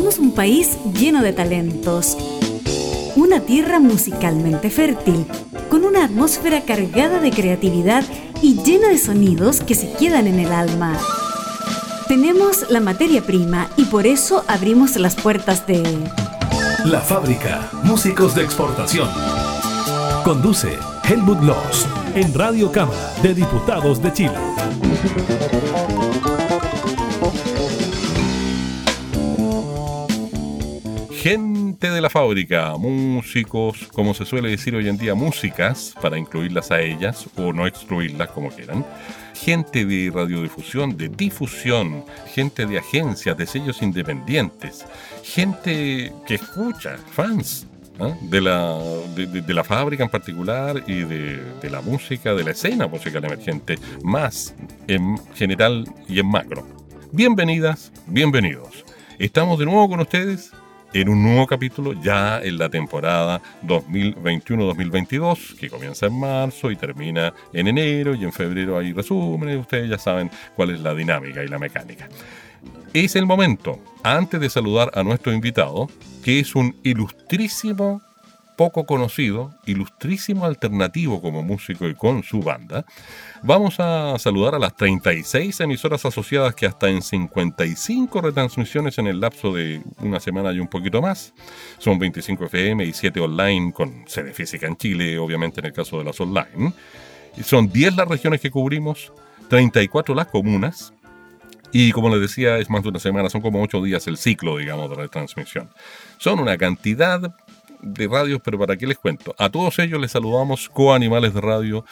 Somos un país lleno de talentos, una tierra musicalmente fértil, con una atmósfera cargada de creatividad y llena de sonidos que se quedan en el alma. Tenemos la materia prima y por eso abrimos las puertas de La Fábrica, músicos de exportación. Conduce Helmut Loss en Radio Cámara de Diputados de Chile. Gente de la fábrica, músicos, como se suele decir hoy en día, músicas, para incluirlas a ellas o no excluirlas como quieran. Gente de radiodifusión, de difusión, gente de agencias, de sellos independientes, gente que escucha, fans, ¿eh? de la fábrica en particular y de la música, de la escena musical emergente, más en general y en macro. Bienvenidas, bienvenidos. Estamos de nuevo con ustedes en un nuevo capítulo, ya en la temporada 2021-2022, que comienza en marzo y termina en enero, y en febrero hay resúmenes, ustedes ya saben cuál es la dinámica y la mecánica. Es el momento, antes de saludar a nuestro invitado, que es un ilustrísimo, poco conocido, ilustrísimo alternativo como músico y con su banda. Vamos a saludar a las 36 emisoras asociadas que hasta en 55 retransmisiones en el lapso de una semana y un poquito más. Son 25 FM y 7 online con sede física en Chile, obviamente en el caso de las online. Son 10 las regiones que cubrimos, 34 las comunas. Y como les decía, es más de una semana, son como 8 días el ciclo, digamos, de retransmisión. Son una cantidad de radios, pero ¿para qué les cuento? A todos ellos les saludamos co-animales de radio,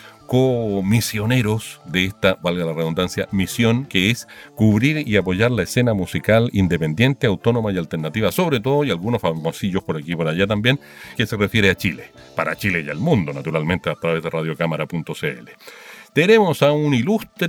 co-misioneros de esta, valga la redundancia, misión, que es cubrir y apoyar la escena musical independiente, autónoma y alternativa, sobre todo, y algunos famosillos por aquí y por allá también, que se refiere a Chile, para Chile y al mundo, naturalmente, a través de radiocámara.cl. Tenemos a un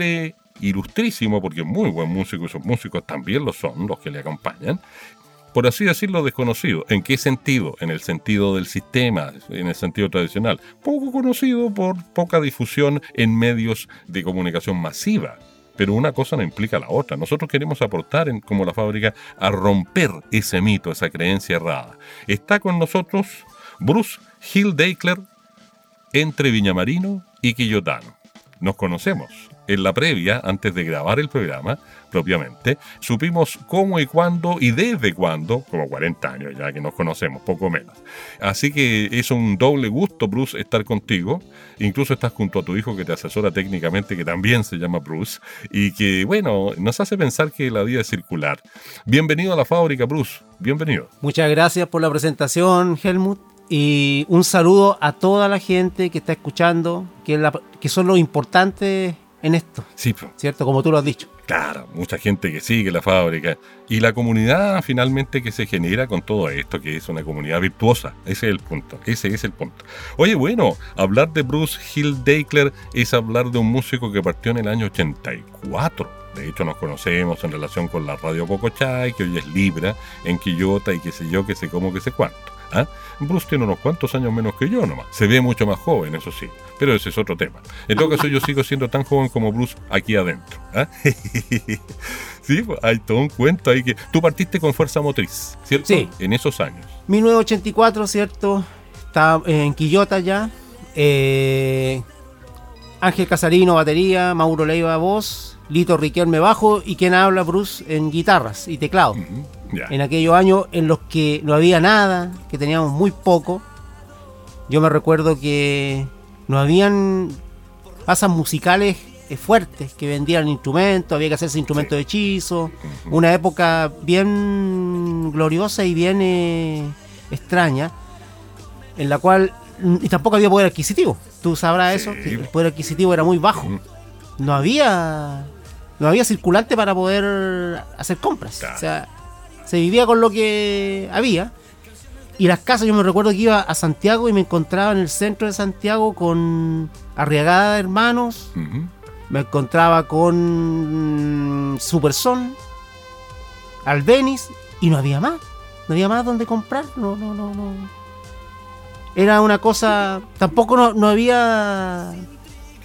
ilustrísimo, porque muy buen músico, y sus músicos también lo son, los que le acompañan, por así decirlo, desconocido. ¿En qué sentido? En el sentido del sistema, en el sentido tradicional. Poco conocido por poca difusión en medios de comunicación masiva. Pero una cosa no implica la otra. Nosotros queremos aportar, como la fábrica, a romper ese mito, esa creencia errada. Está con nosotros Bruce Hildeikler, entre Viñamarino y Quillotano. Nos conocemos. En la previa, antes de grabar el programa, propiamente, supimos cómo y cuándo y desde cuándo, como 40 años ya que nos conocemos, poco menos. Así que es un doble gusto, Bruce, estar contigo. Incluso estás junto a tu hijo que te asesora técnicamente, que también se llama Bruce, y que, bueno, nos hace pensar que la vida es circular. Bienvenido a la fábrica, Bruce. Bienvenido. Muchas gracias por la presentación, Helmut. Y un saludo a toda la gente que está escuchando, que son los importantes en esto, sí, ¿cierto? Como tú lo has dicho. Claro, mucha gente que sigue la fábrica y la comunidad finalmente que se genera con todo esto, que es una comunidad virtuosa. Ese es el punto, ese es el punto. Oye, bueno, hablar de Bruce Hildeikler es hablar de un músico que partió en el año 84. De hecho, nos conocemos en relación con la Radio Pocochay, que hoy es Libra, en Quillota y qué sé yo, qué sé cómo, qué sé cuánto. ¿Ah? Bruce tiene unos cuantos años menos que yo nomás. Se ve mucho más joven, eso sí. Pero ese es otro tema. En todo caso, yo sigo siendo tan joven como Bruce aquí adentro. ¿Ah? Sí, hay todo un cuento ahí que... Tú partiste con Fuerza Motriz, ¿cierto? Sí. En esos años. 1984, ¿cierto? Estaba en Quillota ya. Ángel Casarino, batería. Mauro Leiva, voz. Lito Riquelme, bajo. Y quien habla, Bruce, en guitarras y teclado. Uh-huh. Yeah. En aquellos años en los que no había nada, que teníamos muy poco. Yo me recuerdo que no habían pasas musicales fuertes que vendían instrumentos, había que hacerse instrumentos de hechizo. Uh-huh. Una época bien gloriosa y bien extraña, en la cual y tampoco había poder adquisitivo. Tú sabrás eso, que el poder adquisitivo era muy bajo. Uh-huh. No había circulante para poder hacer compras. Claro. O sea, se vivía con lo que había. Y las casas, yo me recuerdo que iba a Santiago y me encontraba en el centro de Santiago con Arriagada Hermanos. Uh-huh. Me encontraba con Superson, Albeniz, y no había más. No había más donde comprar. No. Era una cosa... Tampoco no había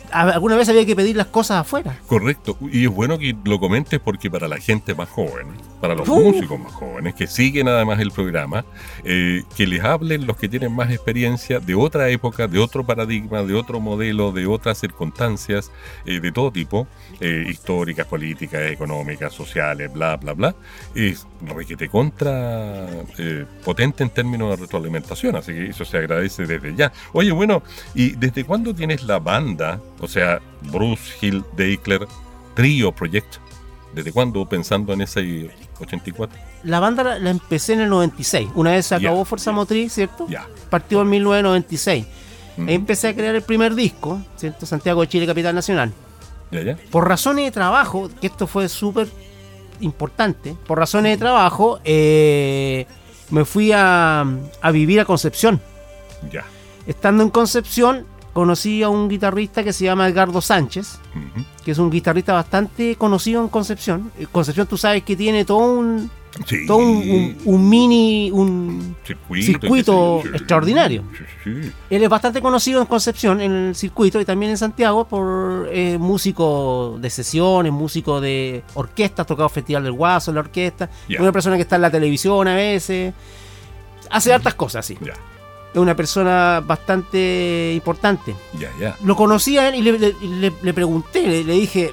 alguna vez había que pedir las cosas afuera. Correcto, y es bueno que lo comentes porque para la gente más joven, para los músicos más jóvenes que siguen además el programa, que les hablen los que tienen más experiencia de otra época, de otro paradigma, de otro modelo, de otras circunstancias, de todo tipo, históricas, políticas, económicas, sociales, bla, bla, bla, es requete contra potente en términos de retroalimentación, así que eso se agradece desde ya. Oye, bueno, ¿y desde cuándo tienes la banda? O sea, Bruce Hill Dakeler Trio Project. ¿Desde cuándo pensando en ese 84? La banda la empecé en el 96. Una vez se acabó Fuerza Motriz, ¿cierto? Partió en 1996. Ahí empecé a crear el primer disco, ¿cierto? Santiago de Chile, Capital Nacional. Por razones de trabajo, que esto fue súper importante, por razones de trabajo, me fui a vivir a Concepción. Estando en Concepción, conocí a un guitarrista que se llama Edgardo Sánchez, que es un guitarrista bastante conocido en Concepción. Concepción, tú sabes que tiene todo un circuito extraordinario. Él es bastante conocido en Concepción, en el circuito, y también en Santiago por músico de sesiones, músico de orquesta, ha tocado Festival del Guaso en la orquesta, una persona que está en la televisión a veces, hace hartas cosas así. Es una persona bastante importante. Lo conocí a él y le pregunté, le dije,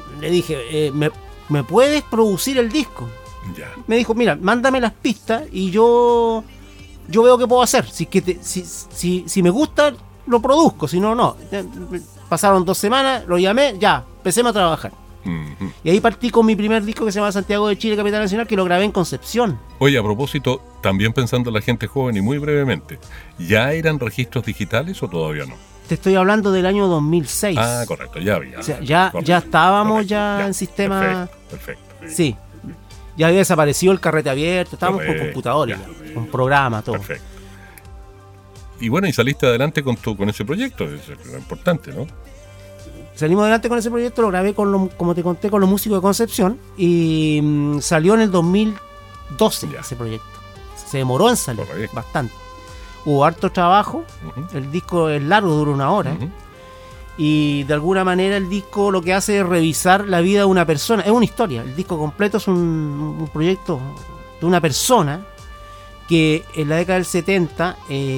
¿me puedes producir el disco? Me dijo, mira, mándame las pistas y yo veo qué puedo hacer. Si me gusta, lo produzco, si no, no. Pasaron 2 semanas, lo llamé, empecemos a trabajar. Y ahí partí con mi primer disco que se llama Santiago de Chile, Capital Nacional, que lo grabé en Concepción. Oye, a propósito, también pensando en la gente joven y muy brevemente, ¿ya eran registros digitales o todavía no? Te estoy hablando del año 2006. Ah, correcto, ya había. O sea, ya estábamos en sistema... Perfecto. Sí. Ya había desaparecido el carrete abierto, estábamos con computadores, con programas, todo. Perfecto. Y bueno, y saliste adelante con ese proyecto, eso es lo importante, ¿no? Salimos adelante con ese proyecto, lo grabé como te conté, con los músicos de Concepción, y salió en el 2012 ese proyecto. Se demoró en salir, bastante. Hubo harto trabajo, el disco es largo, dura 1 hora, y de alguna manera el disco lo que hace es revisar la vida de una persona, es una historia, el disco completo es un proyecto de una persona que en la década del 70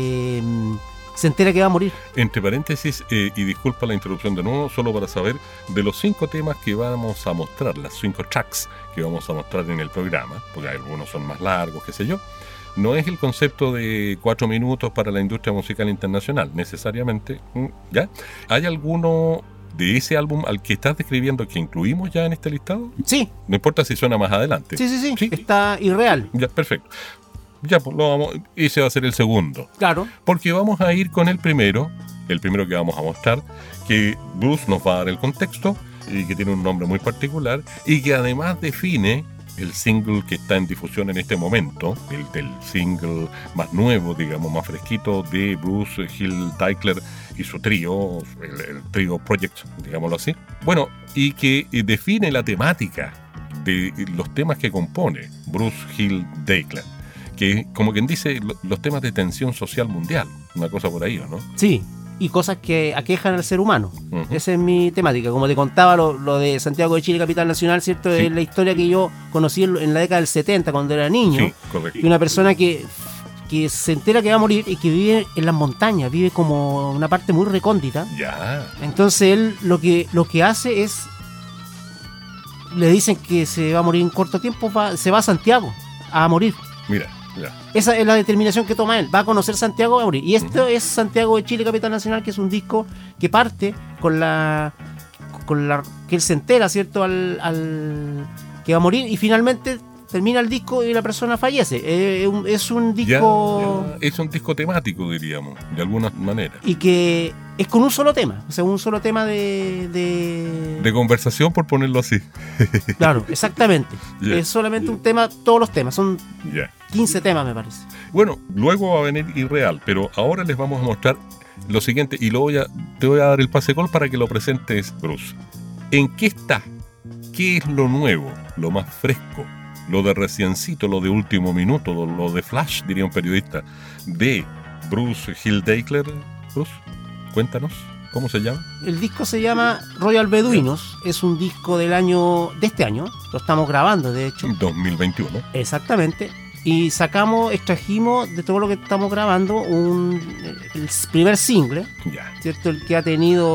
se entera que va a morir. Entre paréntesis, y disculpa la interrupción de nuevo, solo para saber, de los 5 temas que vamos a mostrar, las 5 tracks que vamos a mostrar en el programa, porque algunos son más largos, qué sé yo, no es el concepto de 4 minutos para la industria musical internacional, necesariamente, ¿ya? ¿Hay alguno de ese álbum al que estás describiendo que incluimos ya en este listado? Sí. No importa si suena más adelante. Sí. Está Irreal. Ya, perfecto. Ya, pues ese va a ser el segundo. Claro. Porque vamos a ir con el primero que vamos a mostrar, que Bruce nos va a dar el contexto y que tiene un nombre muy particular y que además define el single que está en difusión en este momento, el single más nuevo, digamos, más fresquito de Bruce Hill Dakeler y su trío, el Trio Project, digámoslo así. Bueno, y que define la temática de los temas que compone Bruce Hill Dakeler, que como quien dice, los temas de tensión social mundial, una cosa por ahí, ¿no? Sí, y cosas que aquejan al ser humano. Esa es mi temática. Como te contaba, lo de Santiago de Chile, Capital Nacional, ¿cierto? Sí. Es la historia que yo conocí en la década del 70, cuando era niño. Sí, correcto. Y una persona que se entera que va a morir y que vive en las montañas, vive como una parte muy recóndita. Ya. Entonces él lo que hace es, le dicen que se va a morir en corto tiempo, se va a Santiago a morir. Mira. Esa es la determinación que toma él. Va a conocer Santiago, va a morir. Y esto es Santiago de Chile, Capital Nacional, que es un disco que parte con la que él se entera, ¿cierto? Al que va a morir, y finalmente termina el disco y la persona fallece. Es un disco... Ya. Es un disco temático, diríamos, de alguna manera. Y que es con un solo tema. O sea, un solo tema de conversación, por ponerlo así. Claro, exactamente. Es solamente un tema, todos los temas. Son 15 temas, me parece. Bueno, luego va a venir Irreal, pero ahora les vamos a mostrar lo siguiente, y te voy a dar el pase gol para que lo presentes, Bruce. ¿En qué está? ¿Qué es lo nuevo, lo más fresco, lo de reciencito, lo de último minuto, lo de flash, diría un periodista, de Bruce Hill Dakeler? Bruce, cuéntanos. ¿Cómo se llama? El disco se llama Royal Beduinos. Es un disco de este año. Lo estamos grabando, de hecho. 2021. Exactamente. Y extrajimos de todo lo que estamos grabando el primer single, ¿cierto? El que ha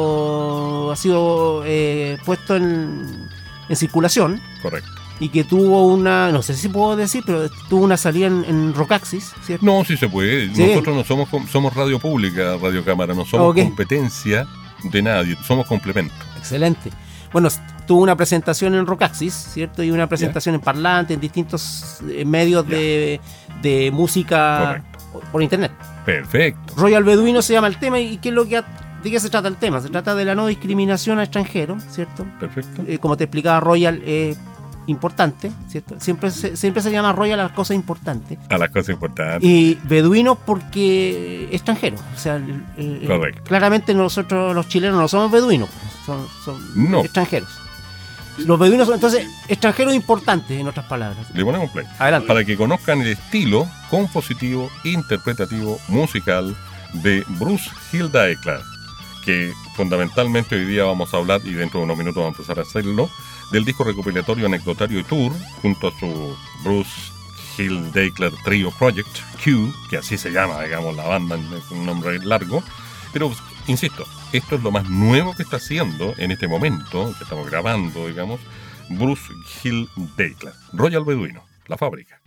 sido puesto en circulación. Correcto. Y que tuvo no sé si puedo decir, pero tuvo una salida en Rockaxis, ¿cierto? No, sí se puede. Sí. Nosotros no somos radio pública, Radio Cámara, no somos competencia de nadie, somos complemento. Excelente. Bueno, tuvo una presentación en Rockaxis, ¿cierto? Y una presentación en parlante, en distintos medios de música. Correcto. Por internet. Perfecto. Royal Beduino se llama el tema. ¿Y qué es ¿de qué se trata el tema? Se trata de la no discriminación a extranjeros, ¿cierto? Perfecto. Como te explicaba, Royal importante, ¿cierto? Siempre se llama Royal a las cosas importantes. A las cosas importantes. Y beduinos porque extranjeros. O sea, correcto. Claramente nosotros los chilenos no somos beduinos, son extranjeros. Los beduinos son entonces extranjeros importantes, en otras palabras. Le ponemos play. Adelante. Para que conozcan el estilo compositivo, interpretativo, musical de Bruce Hildeikler, que fundamentalmente hoy día vamos a hablar, y dentro de unos minutos vamos a empezar a hacerlo, del disco recopilatorio, anecdotario y tour, junto a su Bruce Hildeikler Trio Project, Q, que así se llama, digamos, la banda, es un nombre largo. Pero, insisto, esto es lo más nuevo que está haciendo en este momento, que estamos grabando, digamos, Bruce Hildeikler. Royal Beduino, La Fábrica.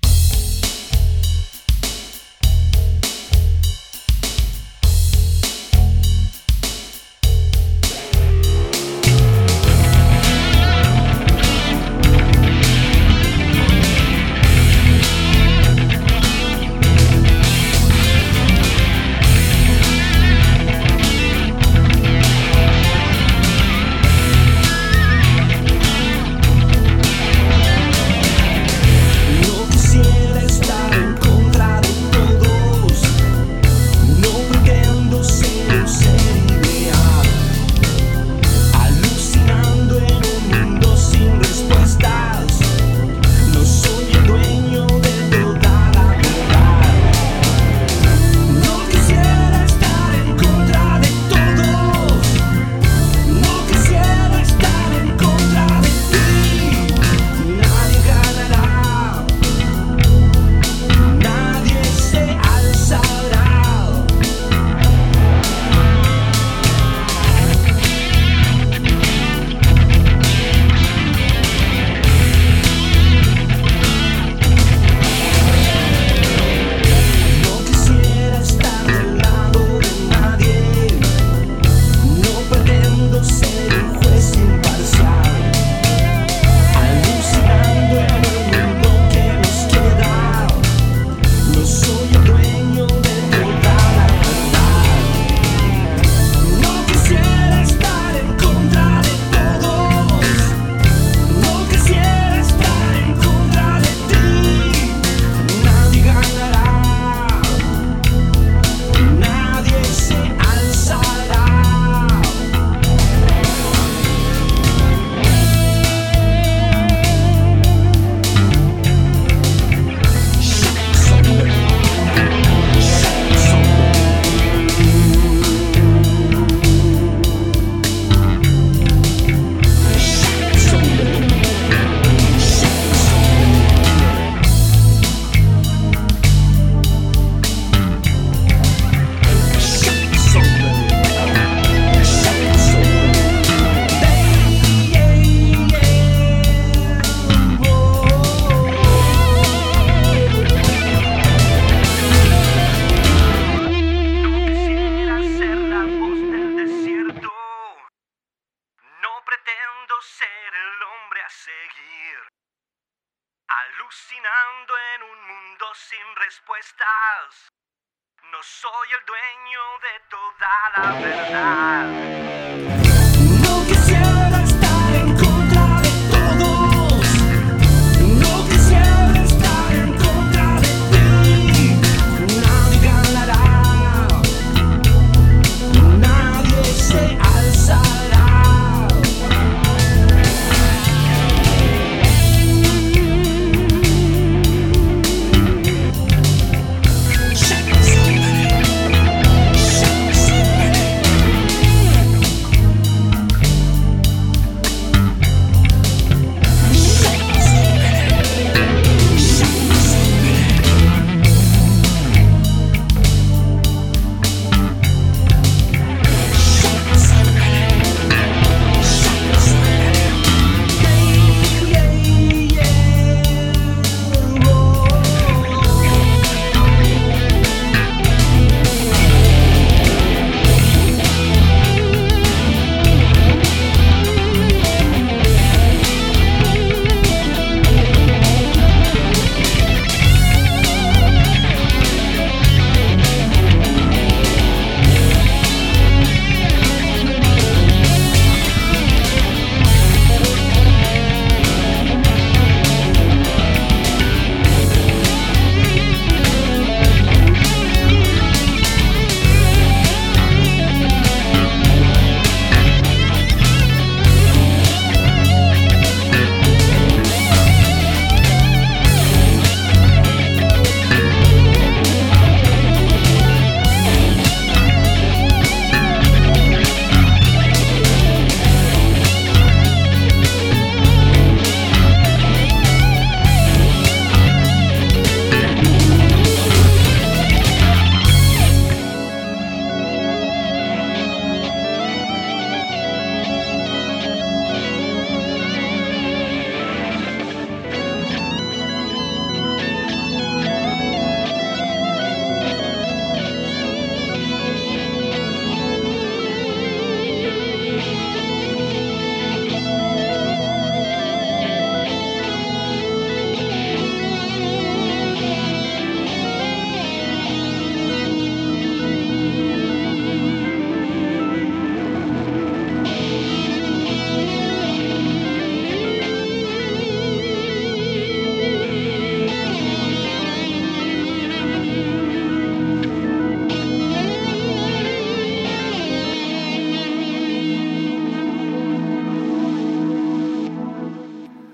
Alucinando en un mundo sin respuestas. No soy el dueño de toda la verdad. No quisiera estar en contra de todos. No quisiera estar en contra de ti. Nadie ganará. Nadie se alzará.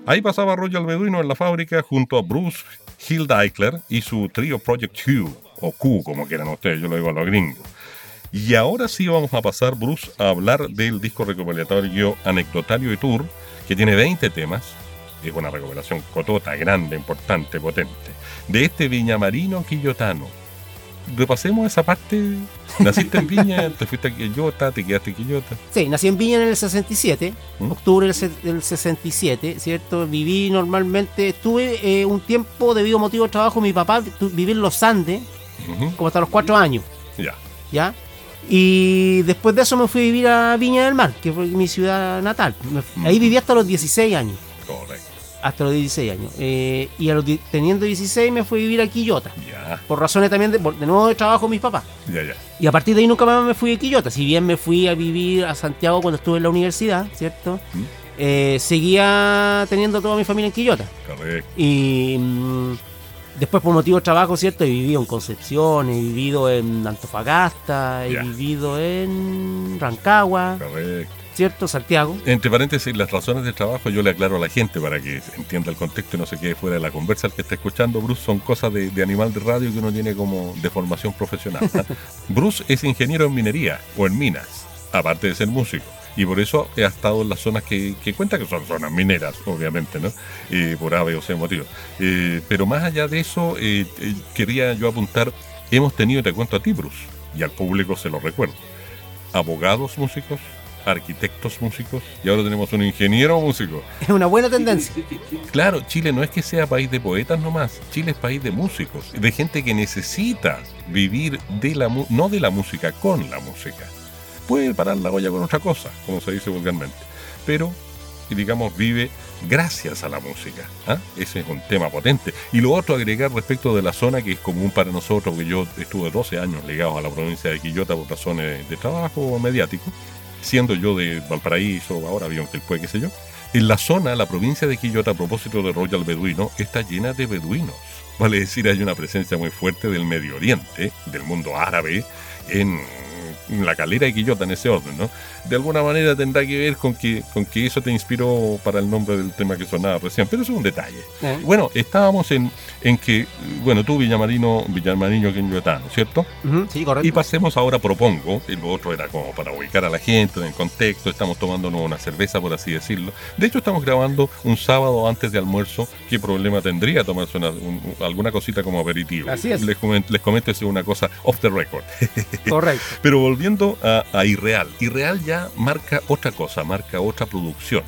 Ahí pasaba Roger Beduino en la fábrica junto a Bruce Hildeichler y su trío Project Q, o Q como quieran ustedes, yo lo digo a los gringos. Y ahora sí vamos a pasar, Bruce, a hablar del disco recopilatorio Anecdotario y Tour, que tiene 20 temas. Es una recopilación cotota, grande, importante, potente, de este viñamarino quillotano. Repasemos esa parte. Naciste en Viña, te fuiste a Quillota, te quedaste en Quillota. Sí, nací en Viña en el 67, octubre del 67, ¿cierto? Viví normalmente, estuve un tiempo debido a motivo de trabajo, mi papá viví en los Andes, como hasta los 4 años. ¿Ya? Y después de eso me fui a vivir a Viña del Mar, que fue mi ciudad natal. Ahí viví hasta los 16 años. Correcto. Hasta los 16 años. Y teniendo 16 me fui a vivir a Quillota. Ya. Por razones también de nuevo de trabajo de mis papás. Ya. Y a partir de ahí nunca más me fui a Quillota. Si bien me fui a vivir a Santiago cuando estuve en la universidad, ¿cierto? Seguía teniendo toda mi familia en Quillota. Correcto. Y después por motivo de trabajo, ¿cierto? He vivido en Concepción, he vivido en Antofagasta, he vivido en Rancagua. Correcto. ¿Cierto? Santiago. Entre paréntesis, las razones de trabajo yo le aclaro a la gente para que entienda el contexto y no se quede fuera de la conversa. El que está escuchando, Bruce, son cosas de animal de radio que uno tiene como de formación profesional. Bruce es ingeniero en minería o en minas, aparte de ser músico. Y por eso ha estado en las zonas que cuenta que son zonas mineras, obviamente, ¿no? Por A, B o C motivo. Pero más allá de eso, quería yo apuntar, hemos tenido, te cuento a ti, Bruce, y al público se lo recuerdo, abogados músicos, arquitectos músicos, y ahora tenemos un ingeniero músico. Es una buena tendencia. Claro, Chile no es que sea país de poetas nomás, Chile es país de músicos, de gente que necesita vivir no de la música, con la música. Puede parar la olla con otra cosa, como se dice vulgarmente, pero, digamos, vive gracias a la música. Ese es un tema potente. Y lo otro, agregar respecto de la zona que es común para nosotros, porque yo estuve 12 años ligado a la provincia de Quillota por razones de trabajo mediático, siendo yo de Valparaíso, ahora vivo en Quilpué, qué sé yo. En la zona, la provincia de Quillota, a propósito de Royal Beduino, está llena de beduinos. Vale decir, hay una presencia muy fuerte del Medio Oriente, del mundo árabe, en la calera de Quillota, en ese orden, ¿no? De alguna manera tendrá que ver con que eso te inspiró para el nombre del tema que sonaba recién, pero eso es un detalle. Bueno, estábamos en que, bueno, tú viñamarino quillotano, ¿cierto? Sí, correcto. Y pasemos ahora, propongo, y lo otro era como para ubicar a la gente en el contexto, estamos tomándonos una cerveza, por así decirlo. De hecho, estamos grabando un sábado antes de almuerzo. ¿Qué problema tendría tomarse alguna cosita como aperitivo? Así es. Les comento, es una cosa off the record. Correcto. Pero volviendo a Irreal. Irreal ya marca otra cosa, marca otra producción,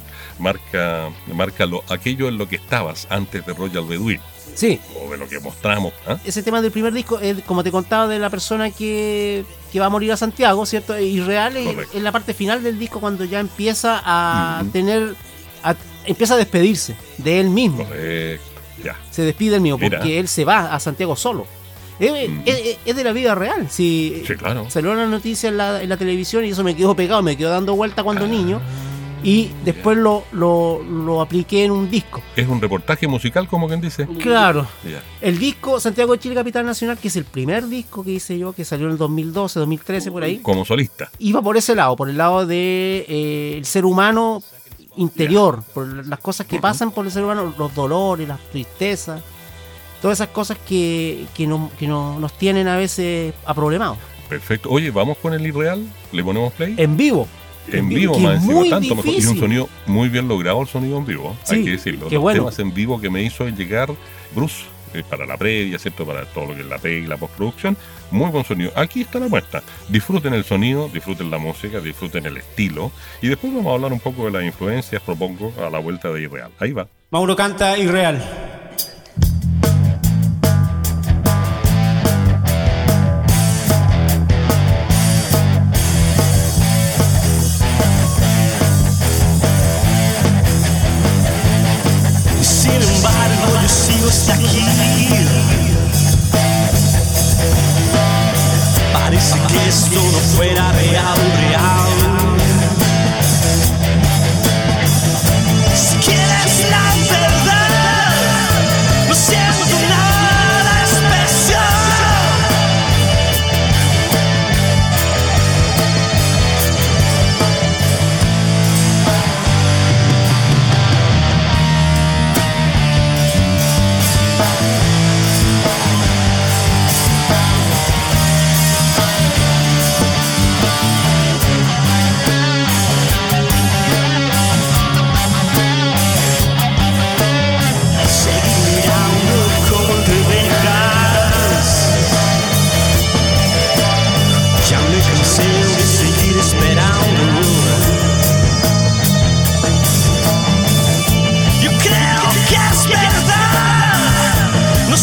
marca aquello en lo que estabas antes de Royal Beduino. Sí. O de lo que mostramos. Ese tema del primer disco, como te contaba, de la persona que va a morir a Santiago, ¿cierto? Irreal es la parte final del disco, cuando ya empieza a empieza a despedirse de él mismo. Correcto. Ya. Se despide él mismo, Mira. porque él se va a Santiago solo. Es de la vida real. Sí, claro. Salió una noticia en la televisión y eso me quedó pegado, me quedó dando vuelta cuando niño. Y después lo apliqué en un disco. Es un reportaje musical, como quien dice. Claro. Ya. El disco Santiago de Chile, Capital Nacional, que es el primer disco que hice yo, que salió en el 2012, 2013, por ahí. Como solista. Iba por ese lado, por el lado de el ser humano interior, por las cosas que pasan por el ser humano, los dolores, las tristezas, todas esas cosas que nos tienen a veces aproblemados. Perfecto. Oye, ¿vamos con el Irreal? ¿Le ponemos play? En vivo. En vivo, que más encima, muy tanto mejor. Y difícil. un sonido muy bien logrado, el sonido en vivo, Sí, hay que decirlo. qué Los bueno. temas en vivo que me hizo llegar Bruce, para la previa, ¿cierto? Para todo lo que es la previa y la postproducción, muy buen sonido. Aquí está la muestra. Disfruten el sonido, disfruten la música, disfruten el estilo. Y después vamos a hablar un poco de las influencias, propongo, a la vuelta de Irreal. Ahí va. Mauro canta Irreal. Sin embargo, yo sigo hasta aquí. Parece que esto no fuera real. Si quieres la verdad, no siento nada especial.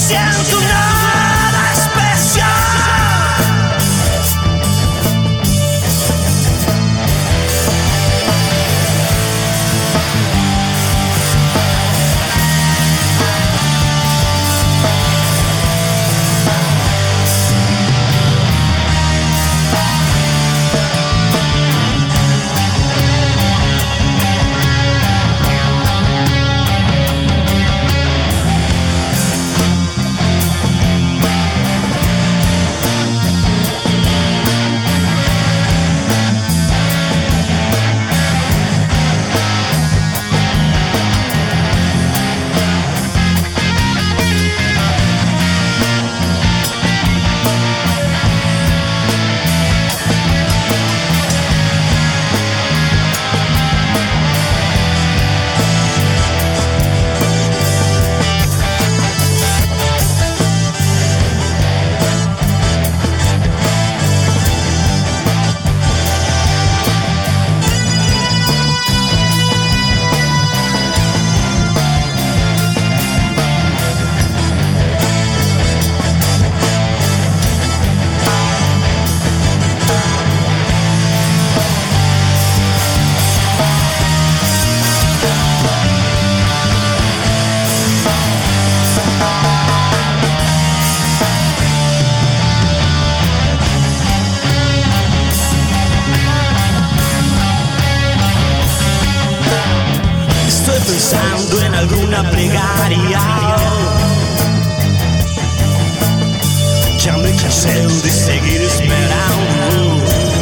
siento nada especial. Pensando en alguna plegaria, ya me cansé de seguir esperando.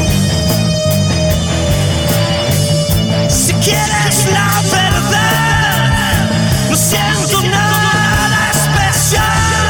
Si quieres la verdad, no siento nada especial.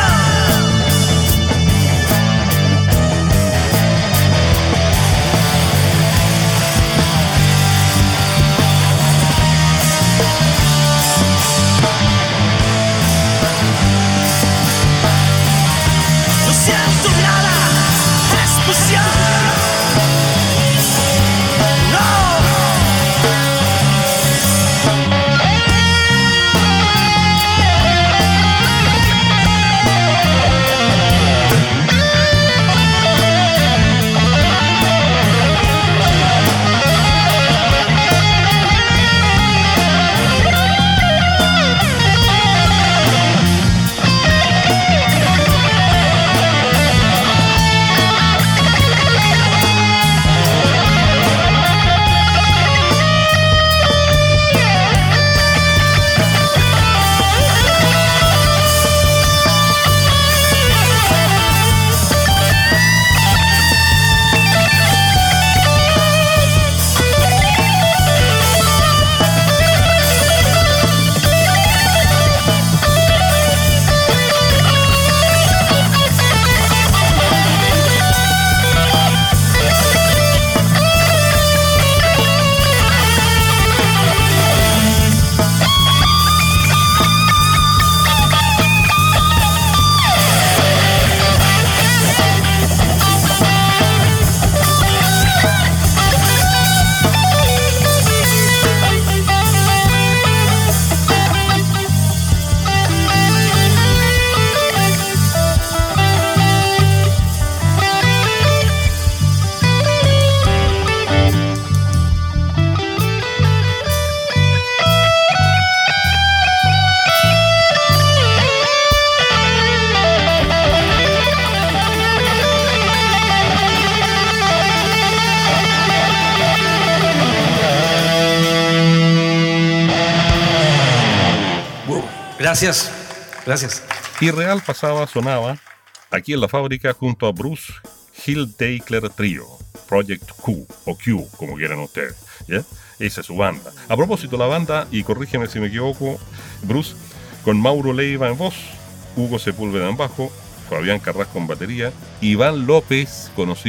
Gracias, gracias. Y Real sonaba aquí en la fábrica junto a Bruce Hildeikler Trio, Project Q o Q, como quieran ustedes, ¿ya? Esa es su banda. A propósito, la banda, y corrígeme si me equivoco, Bruce, con Mauro Leiva en voz, Hugo Sepúlveda en bajo, Fabián Carrasco en batería, Iván López,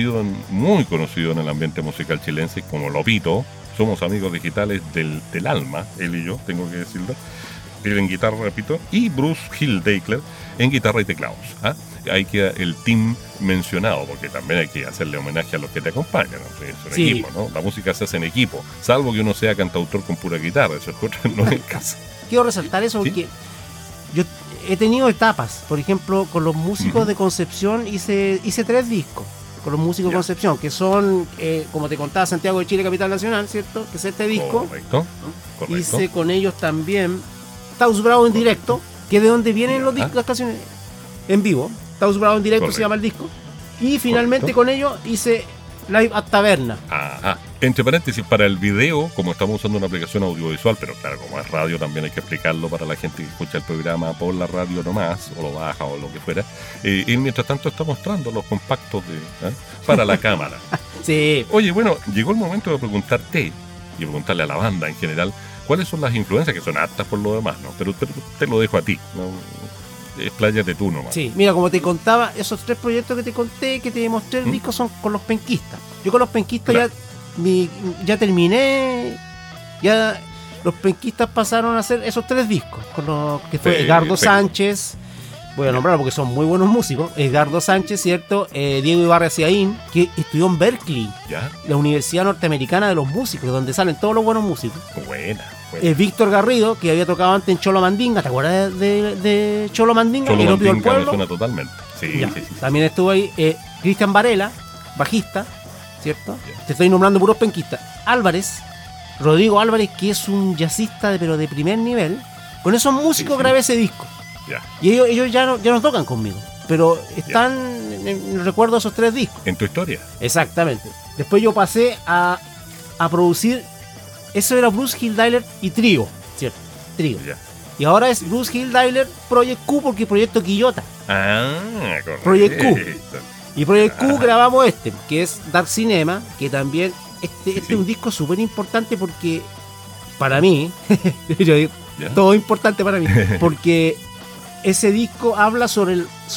muy conocido en el ambiente musical chilense como Lopito. Somos amigos digitales del alma, él y yo, tengo que decirlo. Él en guitarra, repito, y Bruce Hildeikler en guitarra y teclados. ¿Ah? Hay que el team mencionado, porque también hay que hacerle homenaje a los que te acompañan, ¿no? Es un equipo, ¿no? La música se hace en equipo, salvo que uno sea cantautor con pura guitarra, eso es no es el caso. Quiero resaltar eso porque yo he tenido etapas. Por ejemplo, con los músicos de Concepción hice 3 discos. Con los músicos de Concepción, que son, como te contaba, Santiago de Chile, Capital Nacional, ¿cierto? Que es este disco. Correcto. Hice con ellos también Taos Bravo en directo, que es de donde vienen los discos, las canciones en vivo. Taos Bravo en directo se llama el disco. Y finalmente con ellos hice Live at Taberna. Ajá. Entre paréntesis, para el video, como estamos usando una aplicación audiovisual, pero claro, como es radio, también hay que explicarlo para la gente que escucha el programa por la radio nomás, o lo baja o lo que fuera. Y mientras tanto está mostrando los compactos para la cámara. Sí. Oye, bueno, llegó el momento de preguntarte y preguntarle a la banda en general cuáles son las influencias, que son hartas por lo demás, ¿no? Pero te lo dejo a ti, ¿no? Expláyate tú nomás. Sí, mira, como te contaba, esos 3 proyectos que te conté, que te mostré el disco, son con los penquistas. Yo con los penquistas ya terminé, ya los penquistas pasaron a hacer esos 3 discos, con los que fue Edgardo Sánchez, voy a nombrarlo porque son muy buenos músicos, Edgardo Sánchez, ¿cierto? Diego Ibarra Ciaín, que estudió en Berkeley, la Universidad Norteamericana de los Músicos, donde salen todos los buenos músicos. Buena. Víctor Garrido, que había tocado antes en Cholo Mandinga, ¿te acuerdas de Cholo Mandinga? Cholo el Opio del Mandinga me Pueblo. suena totalmente. Sí. También estuvo ahí Cristian Varela, bajista, ¿cierto? Te estoy nombrando puros penquistas. Álvarez, Rodrigo Álvarez, que es un jazzista pero de primer nivel. Con esos músicos grabé ese disco. Y ellos ya no tocan conmigo, pero están en el recuerdo de esos 3 discos. En tu historia. Exactamente. Después yo pasé a producir. Eso era Bruce Hill Dialer y Trío, ¿cierto? Trío. Y ahora es Bruce Hill Dialer Project Q, porque Proyecto Quillota. Correcto. Project Q. Y Project Q grabamos que es Dark Cinema, que también este es un disco súper importante porque para mí, yo digo, todo importante para mí, porque ese disco habla sobre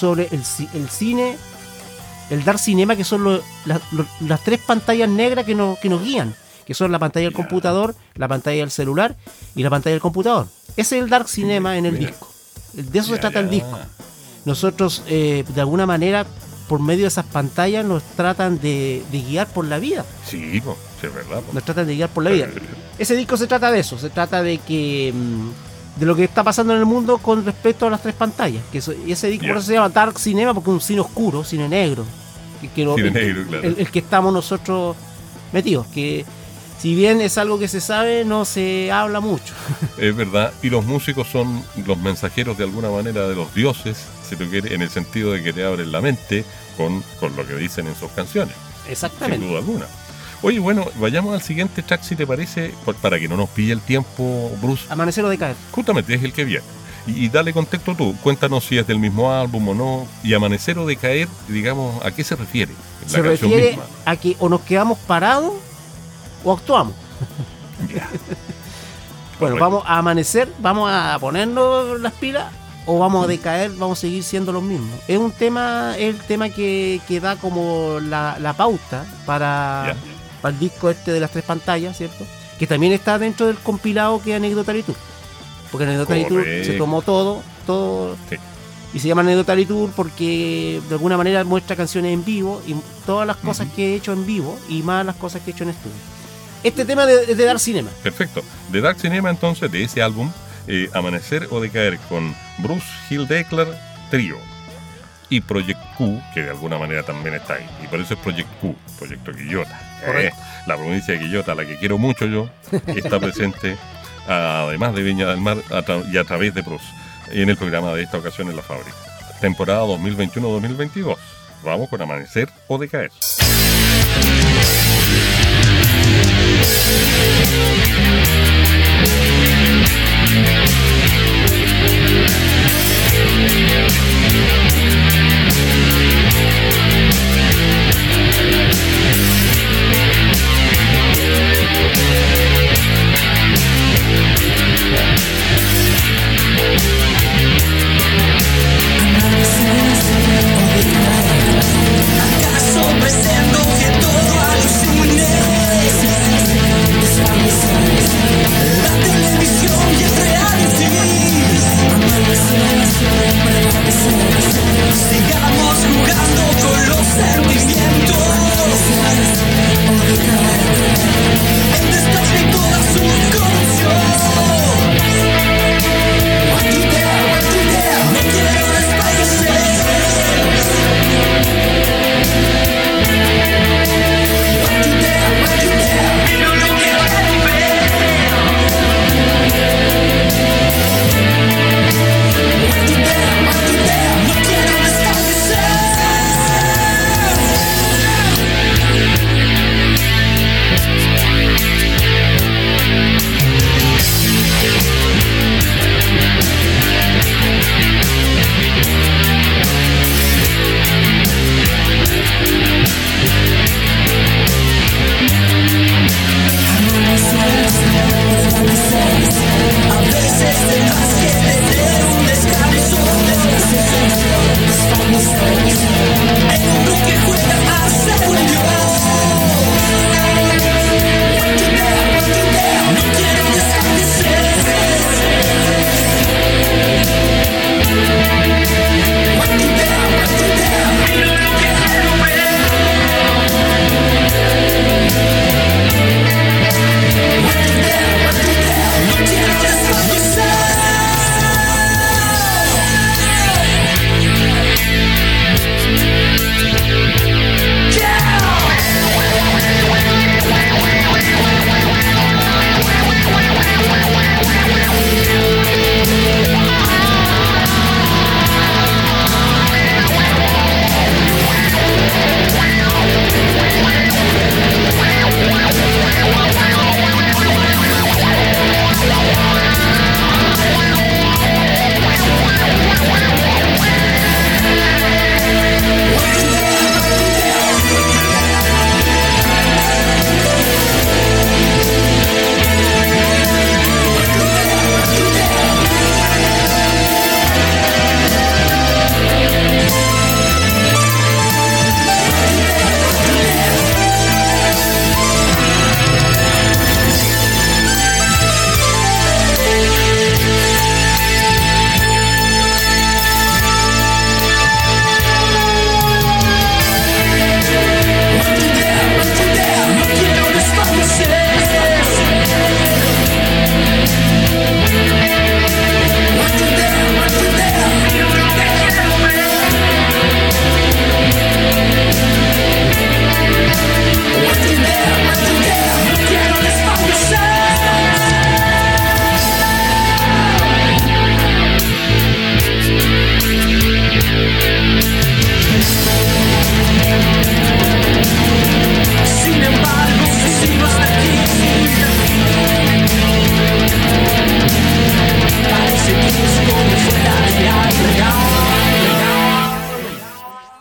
el cine, el Dark Cinema, que son las 3 pantallas negras que nos guían, que son la pantalla del computador, la pantalla del celular y la pantalla del computador. Ese es el Dark Cinema en el disco. De eso se trata el disco. Nosotros, de alguna manera, por medio de esas pantallas, nos tratan de guiar por la vida. Sí, es verdad. Nos tratan de guiar por la vida. Ese disco se trata de eso, se trata de que de lo que está pasando en el mundo con respecto a las 3 pantallas. Y ese disco por eso se llama Dark Cinema, porque es un cine oscuro, cine negro. Negro, claro. El que estamos nosotros metidos, que si bien es algo que se sabe, no se habla mucho. Es verdad, y los músicos son los mensajeros de alguna manera de los dioses, si tú quieres, en el sentido de que te abren la mente con lo que dicen en sus canciones. Exactamente. Sin duda alguna. Oye, bueno, vayamos al siguiente track, si te parece, para que no nos pille el tiempo, Bruce. Amanecer o Decaer. Justamente es el que viene. Y dale contexto tú, cuéntanos si es del mismo álbum o no. Y Amanecer o Decaer, digamos, ¿a qué se refiere? Se refiere a que o nos quedamos parados o actuamos. Bueno, vamos a amanecer, vamos a ponernos las pilas, o vamos a decaer, vamos a seguir siendo los mismos. Es un tema, el tema que da como la pauta para el disco de las 3 pantallas, ¿cierto? Que también está dentro del compilado que es Anecdotary Tour. Porque Anecdotary Tour se tomó todo y se llama Anecdotary Tour porque de alguna manera muestra canciones en vivo y todas las cosas que he hecho en vivo y más las cosas que he hecho en estudio. Este tema es de Dark Cinema. Perfecto. De Dark Cinema, entonces, de ese álbum, Amanecer o Decaer, con Bruce Hill Dialer Trío y Project Q, que de alguna manera también está ahí. Y por eso es Project Q, Proyecto Quillota. La provincia de Quillota, a la que quiero mucho yo, está presente, además de Viña del Mar, y a través de Bruce, en el programa de esta ocasión en La Fábrica. Temporada 2021-2022. Vamos con Amanecer o Decaer. ¿Acaso pretendo que todo alucine? Desvanecer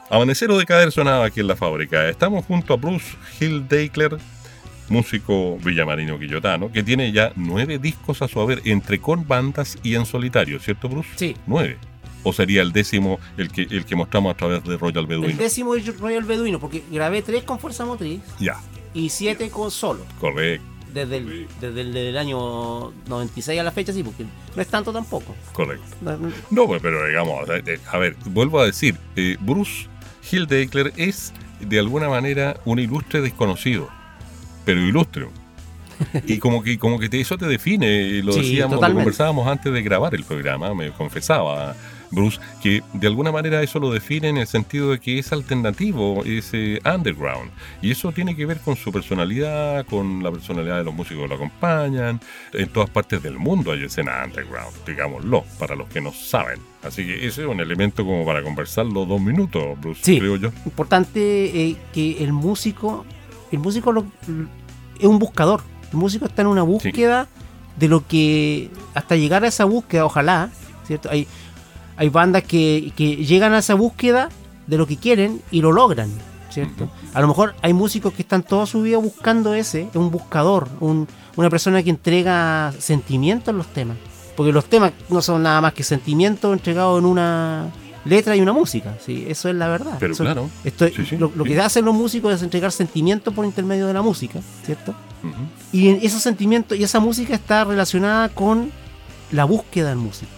Amanecer o Decaer sonaba aquí en la fábrica. Estamos junto a Bruce Hildeikler, músico villamarino quillotano, que tiene ya 9 discos a su haber, entre con bandas y en solitario, ¿cierto, Bruce? Sí. 9. ¿O sería el 10º el que mostramos a través de Royal Beduino? El 10º es Royal Beduino, porque grabé 3 con Fuerza Motriz Ya, y 7 con solo. correcto, Desde el año 96 a la fecha, sí, porque no es tanto tampoco. correcto. No, No, pues, pero digamos, a ver, vuelvo a decir, Bruce Hildeikler es de alguna manera un ilustre desconocido, pero ilustre. Y como que eso te define, lo Sí, decíamos, lo totalmente. conversábamos antes de grabar el programa, me confesaba Bruce, que de alguna manera eso lo define en el sentido de que es alternativo, es underground. Y eso tiene que ver con su personalidad, con la personalidad de los músicos que lo acompañan. En todas partes del mundo hay escena underground, digámoslo, para los que no saben. Así que ese es un elemento como para conversarlo 2 minutos, Bruce, Sí. creo yo. Importante que el músico es un buscador. El músico está en una búsqueda de lo que, hasta llegar a esa búsqueda, ojalá, ¿cierto? Hay bandas que llegan a esa búsqueda de lo que quieren y lo logran, ¿cierto? A lo mejor hay músicos que están toda su vida buscando un buscador, una persona que entrega sentimiento en los temas. Porque los temas no son nada más que sentimientos entregados en una letra y una música, ¿sí? Eso es la verdad. Pero Eso- claro. Sí, lo sí. que hacen los músicos es entregar sentimientos por intermedio de la música, ¿cierto? Ujú. Y en esos sentimientos y esa música está relacionada con la búsqueda del músico.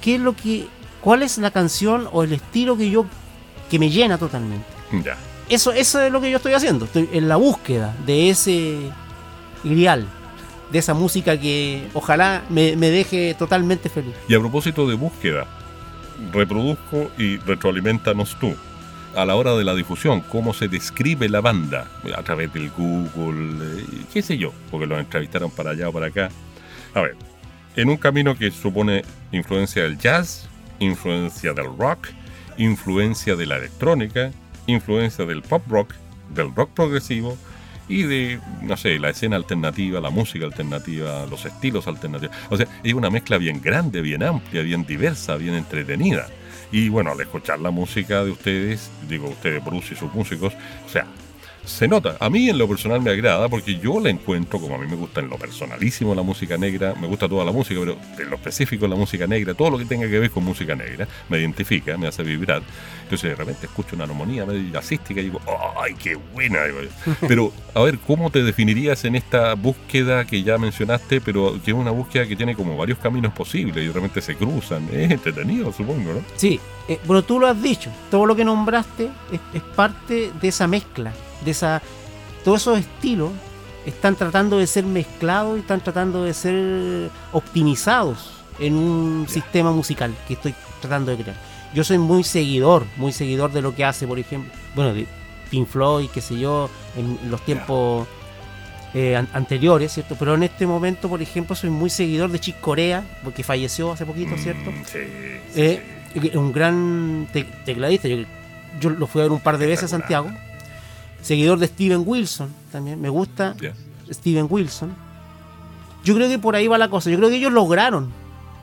¿Cuál es la canción o el estilo que me llena totalmente? Ya. Eso es lo que yo estoy haciendo. Estoy en la búsqueda de ese grial, de esa música que ojalá me deje totalmente feliz. Y a propósito de búsqueda, reproduzco y retroalimentanos tú. A la hora de la difusión, cómo se describe la banda a través del Google, qué sé yo, porque los entrevistaron para allá o para acá. A ver, en un camino que supone influencia del jazz, influencia del rock, influencia de la electrónica, influencia del pop rock, del rock progresivo y de, no sé, la escena alternativa, la música alternativa, los estilos alternativos. O sea, es una mezcla bien grande, bien amplia, bien diversa, bien entretenida. Y bueno, al escuchar la música de ustedes, digo ustedes, Bruce y sus músicos, o sea, se nota. A mí en lo personal me agrada porque yo la encuentro, como a mí me gusta en lo personalísimo la música negra, me gusta toda la música, pero en lo específico la música negra, todo lo que tenga que ver con música negra, me identifica, me hace vibrar. Entonces de repente escucho una armonía medio jazzística y digo, ¡ay, qué buena! Digo yo. Pero, a ver, ¿cómo te definirías en esta búsqueda que ya mencionaste, pero que es una búsqueda que tiene como varios caminos posibles y de repente se cruzan? Es entretenido, supongo, ¿no? Sí, bueno, tú lo has dicho. Todo lo que nombraste es parte de esa mezcla, todos esos estilos están tratando de ser mezclados y están tratando de ser optimizados en un sistema musical que estoy tratando de crear. Yo soy muy seguidor de lo que hace, por ejemplo, bueno, de Pink Floyd, qué sé yo, en los tiempos anteriores, ¿cierto? Pero en este momento, por ejemplo, soy muy seguidor de Chick Corea, porque falleció hace poquito, ¿cierto? Sí. Un gran tecladista. Yo lo fui a ver un par de veces a Santiago. Seguidor de Steven Wilson también. Me gusta Ya. Steven Wilson. Yo creo que por ahí va la cosa. Yo creo que ellos lograron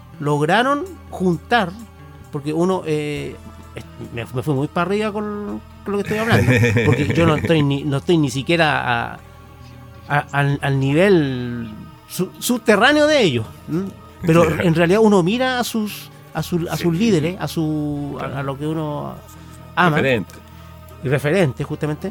juntar, porque uno me fui muy para arriba con lo que estoy hablando, porque yo no estoy ni siquiera al nivel subterráneo de ellos, ¿m? Pero en realidad uno mira a sus líderes, a lo que uno ama, Diferente. y referente justamente,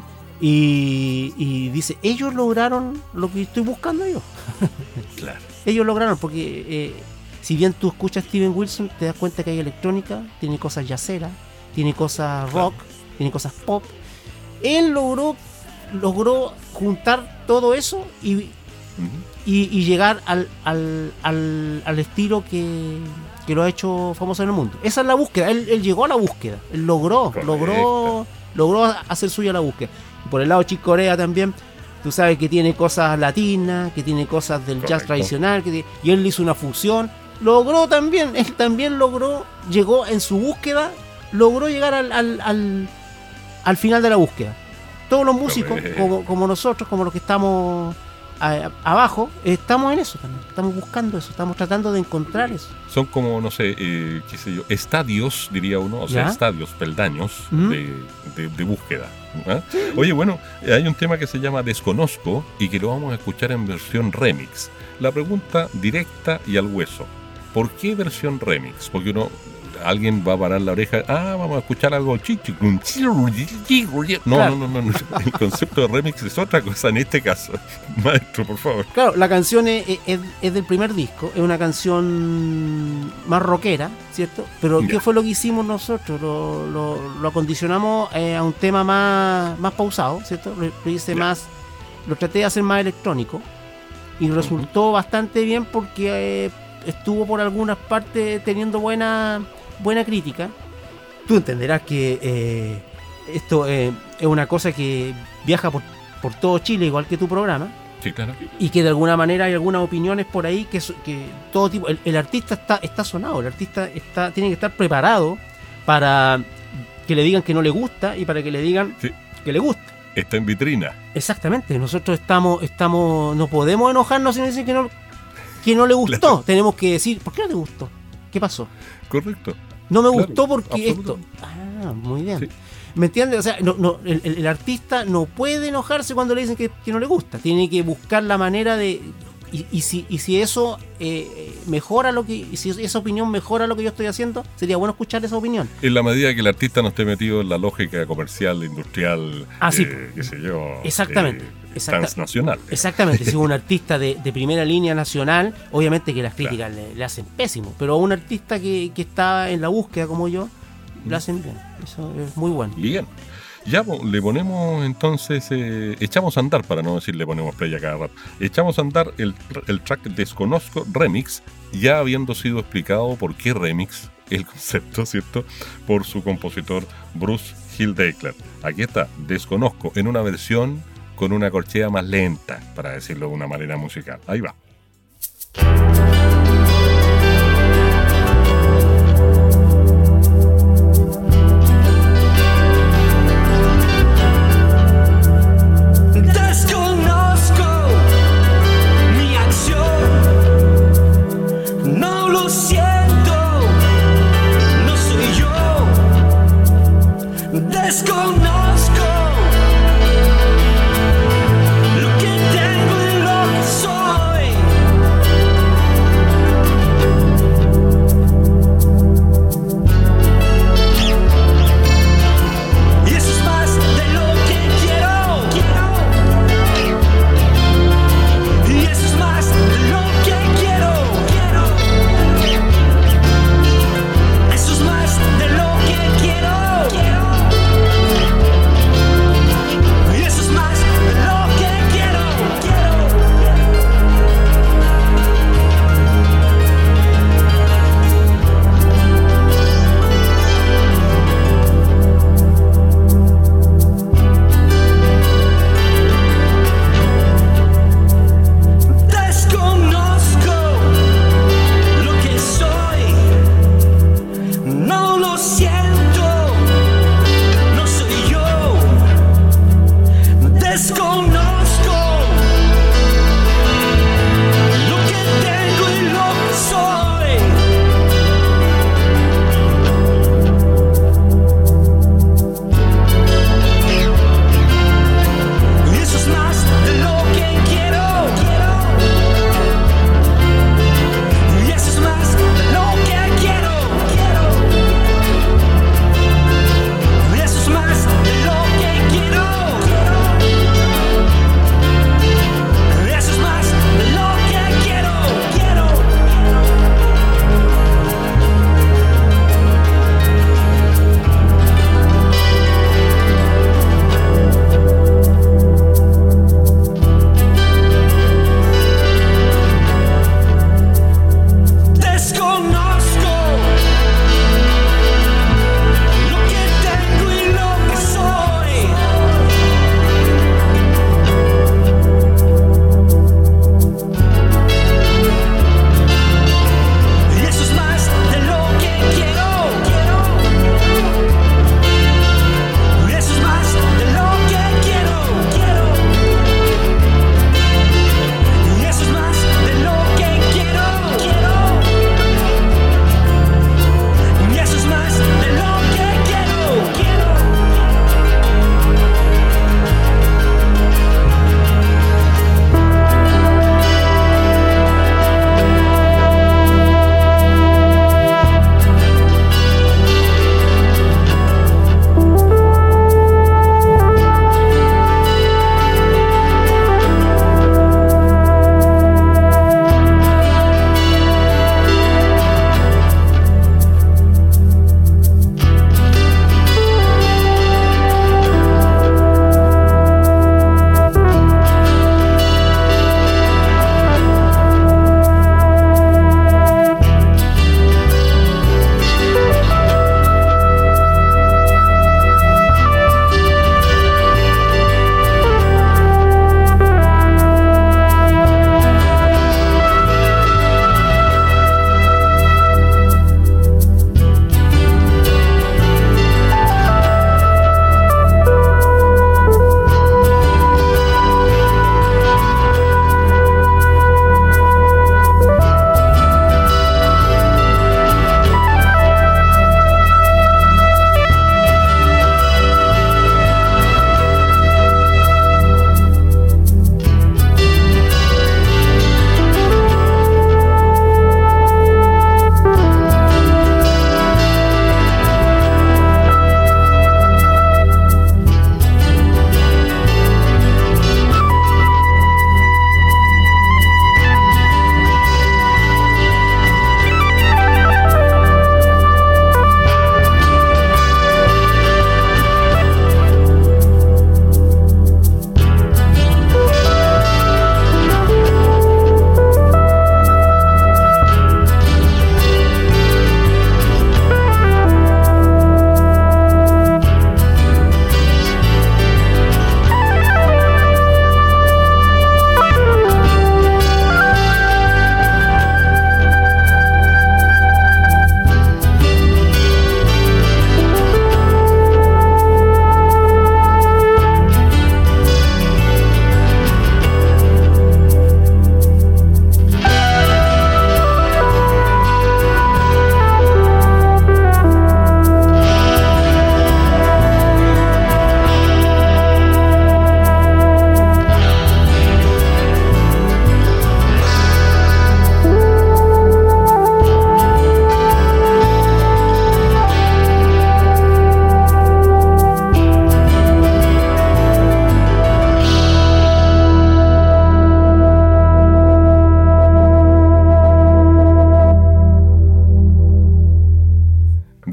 y dice, ellos lograron lo que estoy buscando yo. Claro. Ellos lograron, porque si bien tú escuchas a Steven Wilson, te das cuenta que hay electrónica, tiene cosas jazzeras, tiene cosas rock, tiene cosas pop. Él logró juntar todo eso y llegar al estilo que lo ha hecho famoso en el mundo. Esa es la búsqueda. Él llegó a la búsqueda. Él logró hacer suya la búsqueda. Y por el lado de Chick Corea también, tú sabes que tiene cosas latinas, que tiene cosas del jazz tradicional, y él hizo una fusión. Él también llegó en su búsqueda, logró llegar al final de la búsqueda. Todos los músicos, como nosotros, como los que estamos abajo, estamos en eso también. Estamos buscando eso, estamos tratando de encontrar eso. Son como, no sé, qué sé yo, estadios, diría uno, o sea, ¿Ya? estadios, peldaños Ujú. de búsqueda. ¿Ah? Oye, bueno, hay un tema que se llama Desconozco y que lo vamos a escuchar en versión remix. La pregunta directa y al hueso. ¿Por qué versión remix? Porque alguien va a parar la oreja, vamos a escuchar algo chichi. Claro. No. El concepto de remix es otra cosa en este caso. Maestro, por favor. Claro, la canción es del primer disco, es una canción más rockera, ¿cierto? Pero Ya. ¿qué fue lo que hicimos nosotros? Lo acondicionamos a un tema más pausado, ¿cierto? Lo hice Ya. más, lo traté de hacer más electrónico y resultó bastante bien porque estuvo por algunas partes teniendo buena crítica. Tú entenderás que esto es una cosa que viaja por todo Chile, igual que tu programa. Sí, claro. Y que de alguna manera hay algunas opiniones por ahí que todo tipo, el artista está sonado, el artista tiene que estar preparado para que le digan que no le gusta y para que le digan Sí. que le gusta. Está en vitrina. Exactamente, nosotros estamos no podemos enojarnos sin decir que no le gustó. Claro. Tenemos que decir, ¿por qué no le gustó? ¿Qué pasó? Correcto. No me Claro, gustó porque esto. absolutamente. Muy bien. Sí. ¿Me entiendes? O sea, el artista no puede enojarse cuando le dicen que no le gusta. Tiene que buscar la manera de. Y si eso mejora si esa opinión mejora lo que yo estoy haciendo, sería bueno escuchar esa opinión. En la medida que el artista no esté metido en la lógica comercial, industrial, Sí. qué sé yo, Exactamente. transnacional. Exactamente. Si es un artista de primera línea nacional, obviamente que las críticas le hacen pésimo. Pero a un artista que está en la búsqueda como yo, le hacen bien. Eso es muy bueno. Bien. Ya le ponemos entonces, echamos a andar, para no decir le ponemos play a cada rato, echamos a andar el track Desconozco Remix, ya habiendo sido explicado por qué remix, el concepto, ¿cierto? Por su compositor Bruce Hildekler. Aquí está, Desconozco, en una versión con una corchea más lenta, para decirlo de una manera musical. Ahí va. Desconozco mi acción, no lo siento, no soy yo. Desconozco lo que tengo y lo que soy. Y eso es más de lo que quiero. Y eso es más de lo que quiero. Eso es más de lo que quiero. Y eso es más de lo que quiero. Desconozco lo que soy, no lo siento, no soy yo. Desconozco lo que tengo y lo que soy. Y eso es más de lo que quiero. Y eso es más de lo que quiero.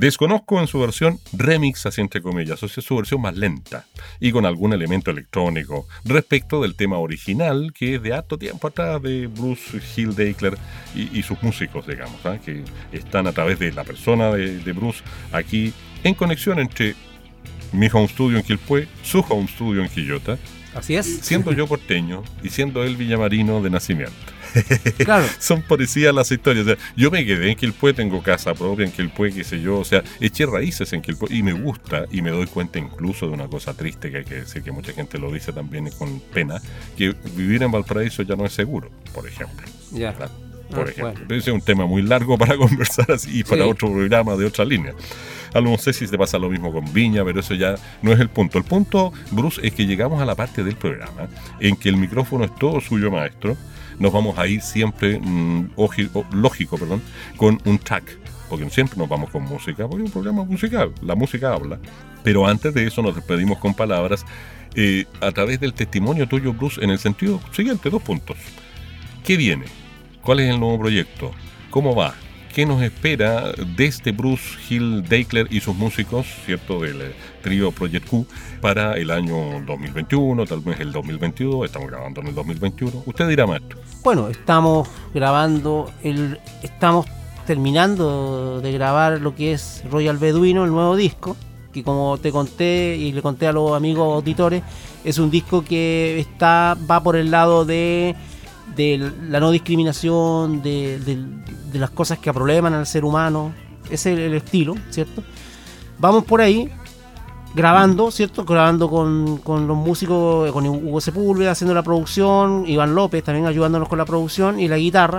Desconozco en su versión remix, así entre comillas, o sea, su versión más lenta y con algún elemento electrónico respecto del tema original que es de harto tiempo atrás de Bruce Hill-Dakeler y sus músicos, digamos, ¿eh? Que están a través de la persona de Bruce aquí en conexión entre mi home studio en Quilpué, su home studio en Quillota, Así es. siendo yo porteño y siendo él villamarino de nacimiento. Claro. Son parecidas las historias. O sea, yo me quedé en Quilpué, tengo casa propia en Quilpué, qué sé yo. O sea, eché raíces en Quilpué y me gusta y me doy cuenta incluso de una cosa triste que hay que decir, que mucha gente lo dice también con pena, que vivir en Valparaíso ya no es seguro, por ejemplo. Ya. Por ejemplo. Bueno. Ese es un tema muy largo para conversar así y para Sí. otro programa de otra línea. No sé si te pasa lo mismo con Viña, pero eso ya no es el punto. El punto, Bruce, es que llegamos a la parte del programa en que el micrófono es todo suyo, maestro. Nos vamos a ir siempre, lógico, con un track, porque siempre nos vamos con música, porque es un programa musical, la música habla. Pero antes de eso nos despedimos con palabras a través del testimonio tuyo, Bruce, en el sentido siguiente, 2 puntos. ¿Qué viene? ¿Cuál es el nuevo proyecto? ¿Cómo va? ¿Qué nos espera desde Bruce Hill-Dakeler y sus músicos, cierto, del trío Project Q para el año 2021, tal vez el 2022? Estamos grabando en el 2021. Usted dirá, maestro. Bueno, estamos grabando, estamos terminando de grabar lo que es Royal Beduino, el nuevo disco, que como te conté y le conté a los amigos auditores, es un disco que va por el lado de la no discriminación, de las cosas que probleman al ser humano. Ese es el estilo, ¿cierto? Vamos por ahí grabando, ¿cierto? Grabando con los músicos, con Hugo Sepúlveda haciendo la producción, Iván López también ayudándonos con la producción y la guitarra.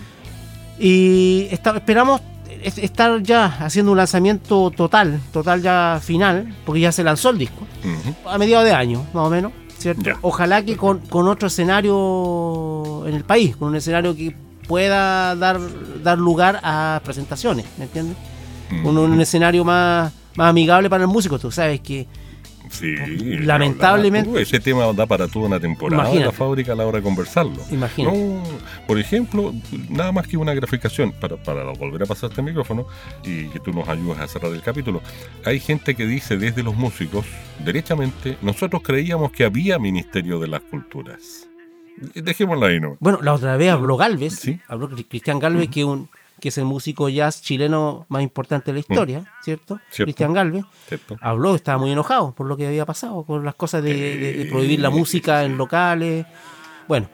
Y esperamos estar ya haciendo un lanzamiento total ya final, porque ya se lanzó el disco, a mediados de año, más o menos, ¿cierto? Ya. Ojalá que con otro escenario en el país, con un escenario que pueda dar lugar a presentaciones, ¿me entiendes? Un escenario más amigable para el músico. Tú sabes que Sí, lamentablemente ese tema da para toda una temporada en la fábrica a la hora de conversarlo. Imagínate. No, por ejemplo, nada más que una graficación para volver a pasar este micrófono y que tú nos ayudes a cerrar el capítulo. Hay gente que dice desde los músicos, derechamente, nosotros creíamos que había Ministerio de las Culturas. Dejémoslo ahí, ¿no? Bueno, la otra vez habló Galvez, Sí. habló Cristian Galvez, que es el músico jazz chileno más importante de la historia, ¿cierto? Cristian Galvez Cierto. habló, estaba muy enojado por lo que había pasado, con las cosas de prohibir la música en locales. Bueno,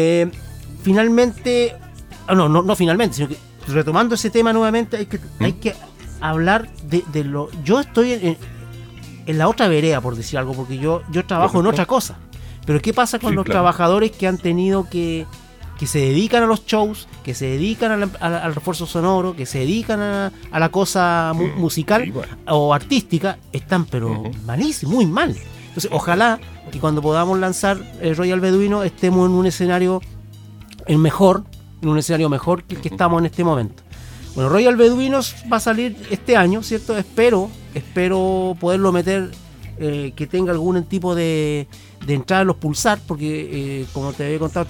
finalmente, no finalmente, sino que retomando ese tema nuevamente, hay que hablar de lo... Yo estoy en la otra vereda, por decir algo, porque yo trabajo en otra cosa. Pero ¿qué pasa con los trabajadores que han tenido que se dedican a los shows, que se dedican al refuerzo sonoro, que se dedican a la cosa musical sí, bueno, o artística? Están pero malísimos, muy mal. Entonces ojalá que cuando podamos lanzar el Royal Beduino estemos en un escenario mejor que el que estamos en este momento. Bueno, Royal Beduinos va a salir este año, ¿cierto? Espero poderlo meter, que tenga algún tipo de entrada en los Pulsar, porque como te había contado,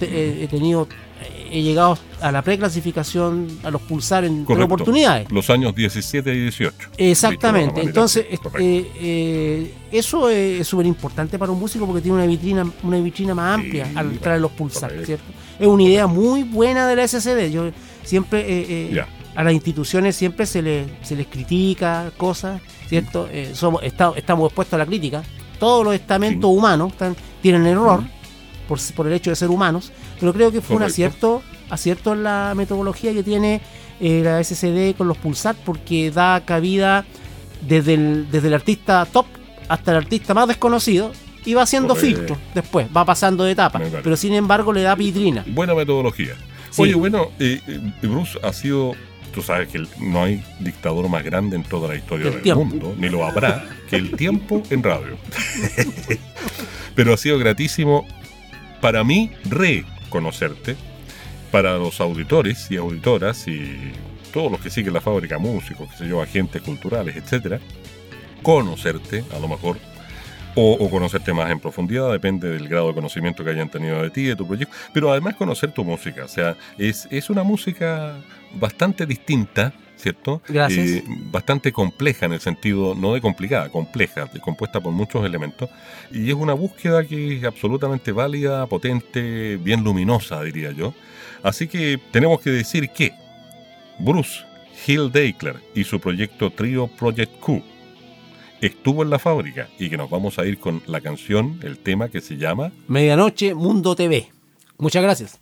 he llegado a la preclasificación a los Pulsar en 3 oportunidades. Los años 17 y 18. Exactamente. Dicho de alguna Entonces, manera. eso es súper importante para un músico porque tiene una vitrina más amplia al entrar en los Pulsar, correcto. ¿cierto? Es una idea muy buena de la SCD. Yo siempre a las instituciones siempre se les critica cosas, ¿cierto? Estamos expuestos a la crítica. Todos los estamentos humanos tienen error por el hecho de ser humanos, pero creo que fue un acierto en la metodología que tiene la SCD con los Pulsar, porque da cabida desde el artista top hasta el artista más desconocido y va haciendo filtros después, va pasando de etapa, pero sin embargo le da vitrina. Buena metodología. Sí. Oye, bueno, Bruce ha sido... Tú sabes que no hay dictador más grande en toda la historia del mundo, ni lo habrá, que el tiempo en radio. Pero ha sido gratísimo para mí reconocerte, para los auditores y auditoras y todos los que siguen la fábrica, músicos, qué sé yo, agentes culturales, etcétera, conocerte a lo mejor, o conocerte más en profundidad, depende del grado de conocimiento que hayan tenido de ti, de tu proyecto, pero además conocer tu música. O sea, es una música bastante distinta, ¿cierto? Gracias. Bastante compleja en el sentido, no de complicada, compleja, compuesta por muchos elementos. Y es una búsqueda que es absolutamente válida, potente, bien luminosa, diría yo. Así que tenemos que decir que Bruce Hill Dakeler y su proyecto trío Project Q estuvo en la fábrica y que nos vamos a ir con la canción, el tema que se llama Medianoche Mundo TV. Muchas gracias.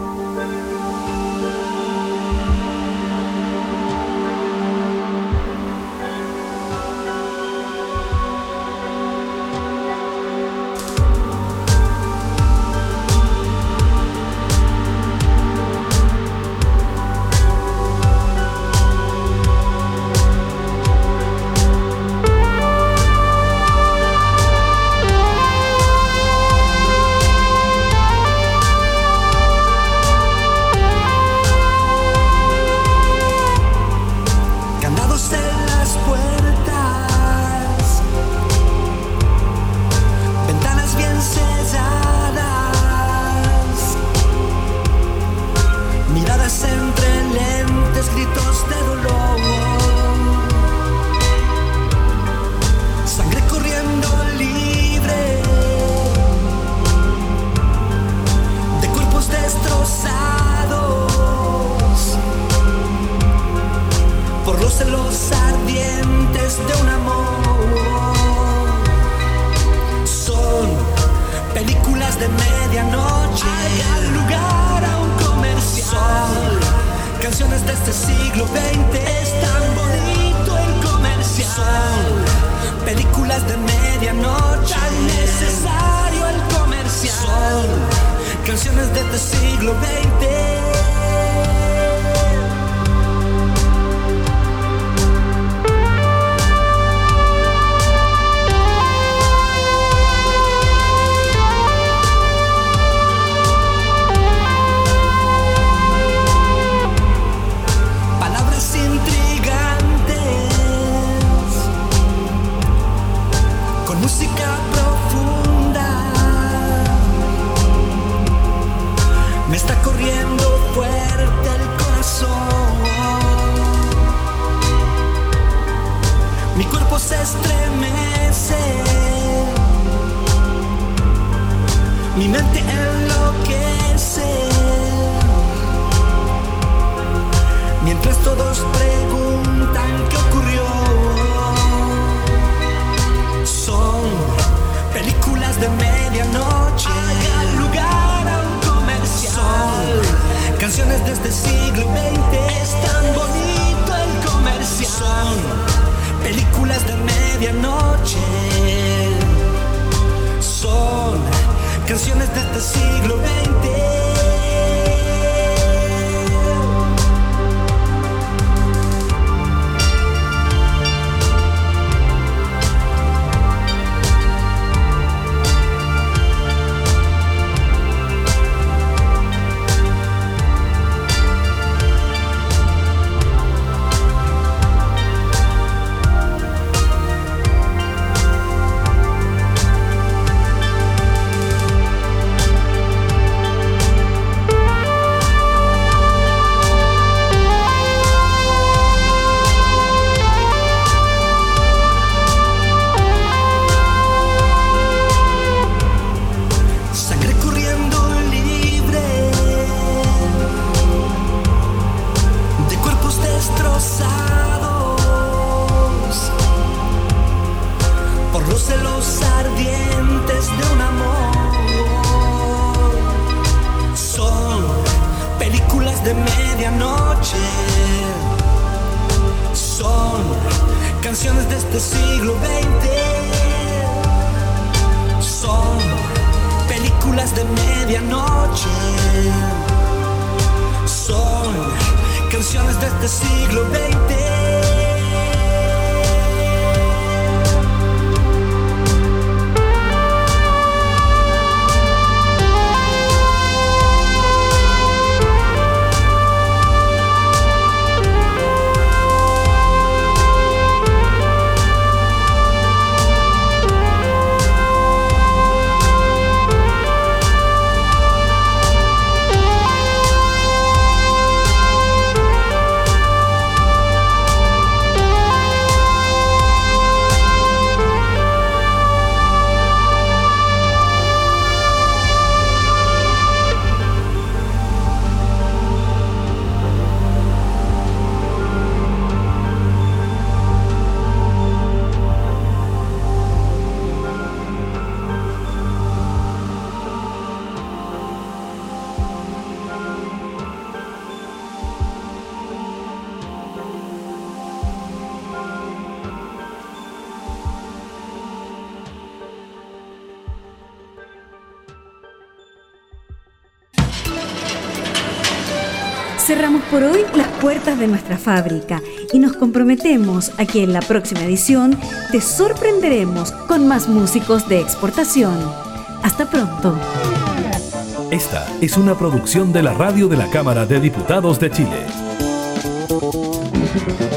Candados en las puertas, ventanas bien selladas, miradas entre lentes, gritos de dolor, sangre corriendo libre, de cuerpos destrozados por los celos ardientes de un amor. Son películas de medianoche, hagan lugar a un comercial. Canciones de este siglo XX, es tan bonito el comercial. Películas de medianoche, tan necesario el comercial. Canciones de este siglo XX. Palabras intrigantes, con música profunda, me está corriendo fuerte el corazón, mi cuerpo se estremece, mi mente enloquece. Mientras todos preguntan qué ocurrió, son películas de medianoche, hagan lugar a un comercial. Canciones de este siglo XX, es tan bonito el comercial. Son películas de medianoche, son canciones de este siglo XX. Sangre corriendo libre, de cuerpos destrozados por los celos ardientes de un amor. Son películas de medianoche, son canciones de este siglo XX, son películas de medianoche, son canciones de este siglo XX. Cerramos por hoy las puertas de nuestra fábrica y nos comprometemos a que en la próxima edición te sorprenderemos con más músicos de exportación. Hasta pronto. Esta es una producción de la Radio de la Cámara de Diputados de Chile.